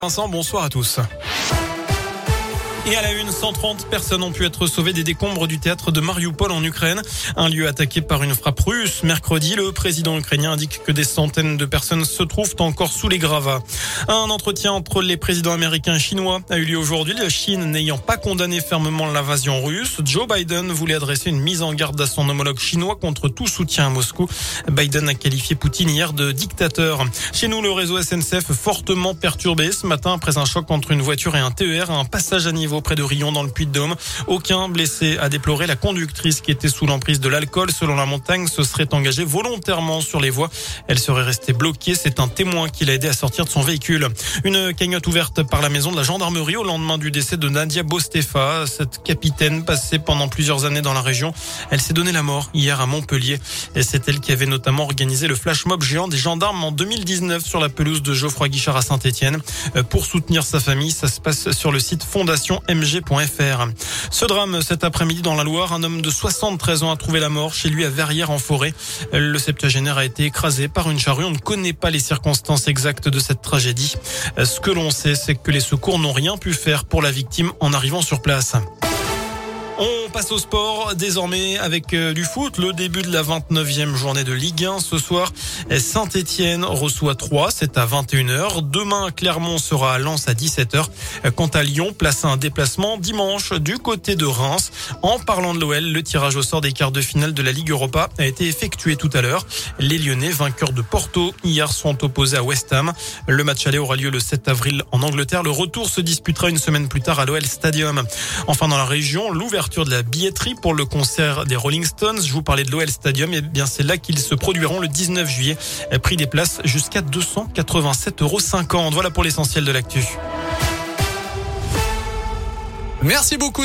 Vincent, bonsoir à tous. Et à la une, 130 personnes ont pu être sauvées des décombres du théâtre de Mariupol en Ukraine. Un lieu attaqué par une frappe russe. Mercredi, le président ukrainien indique que des centaines de personnes se trouvent encore sous les gravats. Un entretien entre les présidents américains et chinois a eu lieu aujourd'hui. La Chine n'ayant pas condamné fermement l'invasion russe, Joe Biden voulait adresser une mise en garde à son homologue chinois contre tout soutien à Moscou. Biden a qualifié Poutine hier de dictateur. Chez nous, le réseau SNCF fortement perturbé ce matin après un choc entre une voiture et un TER à un passage à niveau près de Rion dans le Puy-de-Dôme. Aucun blessé a déploré. La conductrice qui était sous l'emprise de l'alcool, selon la montagne, se serait engagée volontairement sur les voies. Elle serait restée bloquée. C'est un témoin qui l'a aidé à sortir de son véhicule. Une cagnotte ouverte par la maison de la gendarmerie au lendemain du décès de Nadia Bostefa, cette capitaine passée pendant plusieurs années dans la région. Elle s'est donné la mort hier à Montpellier. Et c'est elle qui avait notamment organisé le flash mob géant des gendarmes en 2019 sur la pelouse de Geoffroy Guichard à Saint-Étienne. Pour soutenir sa famille, ça se passe sur le site fondationnmg.fr. Ce drame cet après-midi dans la Loire, un homme de 73 ans a trouvé la mort chez lui à Verrières en forêt. Le septuagénaire a été écrasé par une charrue. On ne connaît pas les circonstances exactes de cette tragédie. Ce que l'on sait, c'est que les secours n'ont rien pu faire pour la victime en arrivant sur place. On passe au sport désormais avec du foot. Le début de la 29e journée de Ligue 1 ce soir. Saint-Étienne reçoit Troyes, c'est à 21h. Demain, Clermont sera à Lens à 17h. Quant à Lyon, place à un déplacement dimanche du côté de Reims. En parlant de l'OL, le tirage au sort des quarts de finale de la Ligue Europa a été effectué tout à l'heure. Les Lyonnais, vainqueurs de Porto, hier sont opposés à West Ham. Le match aller aura lieu le 7 avril en Angleterre. Le retour se disputera une semaine plus tard à l'OL Stadium. Enfin, dans la région, l'ouverture de la billetterie pour le concert des Rolling Stones. Je vous parlais de l'OL Stadium. Et bien, c'est là qu'ils se produiront le 19 juillet. Prix des places jusqu'à 287,50 €. Voilà pour l'essentiel de l'actu. Merci beaucoup.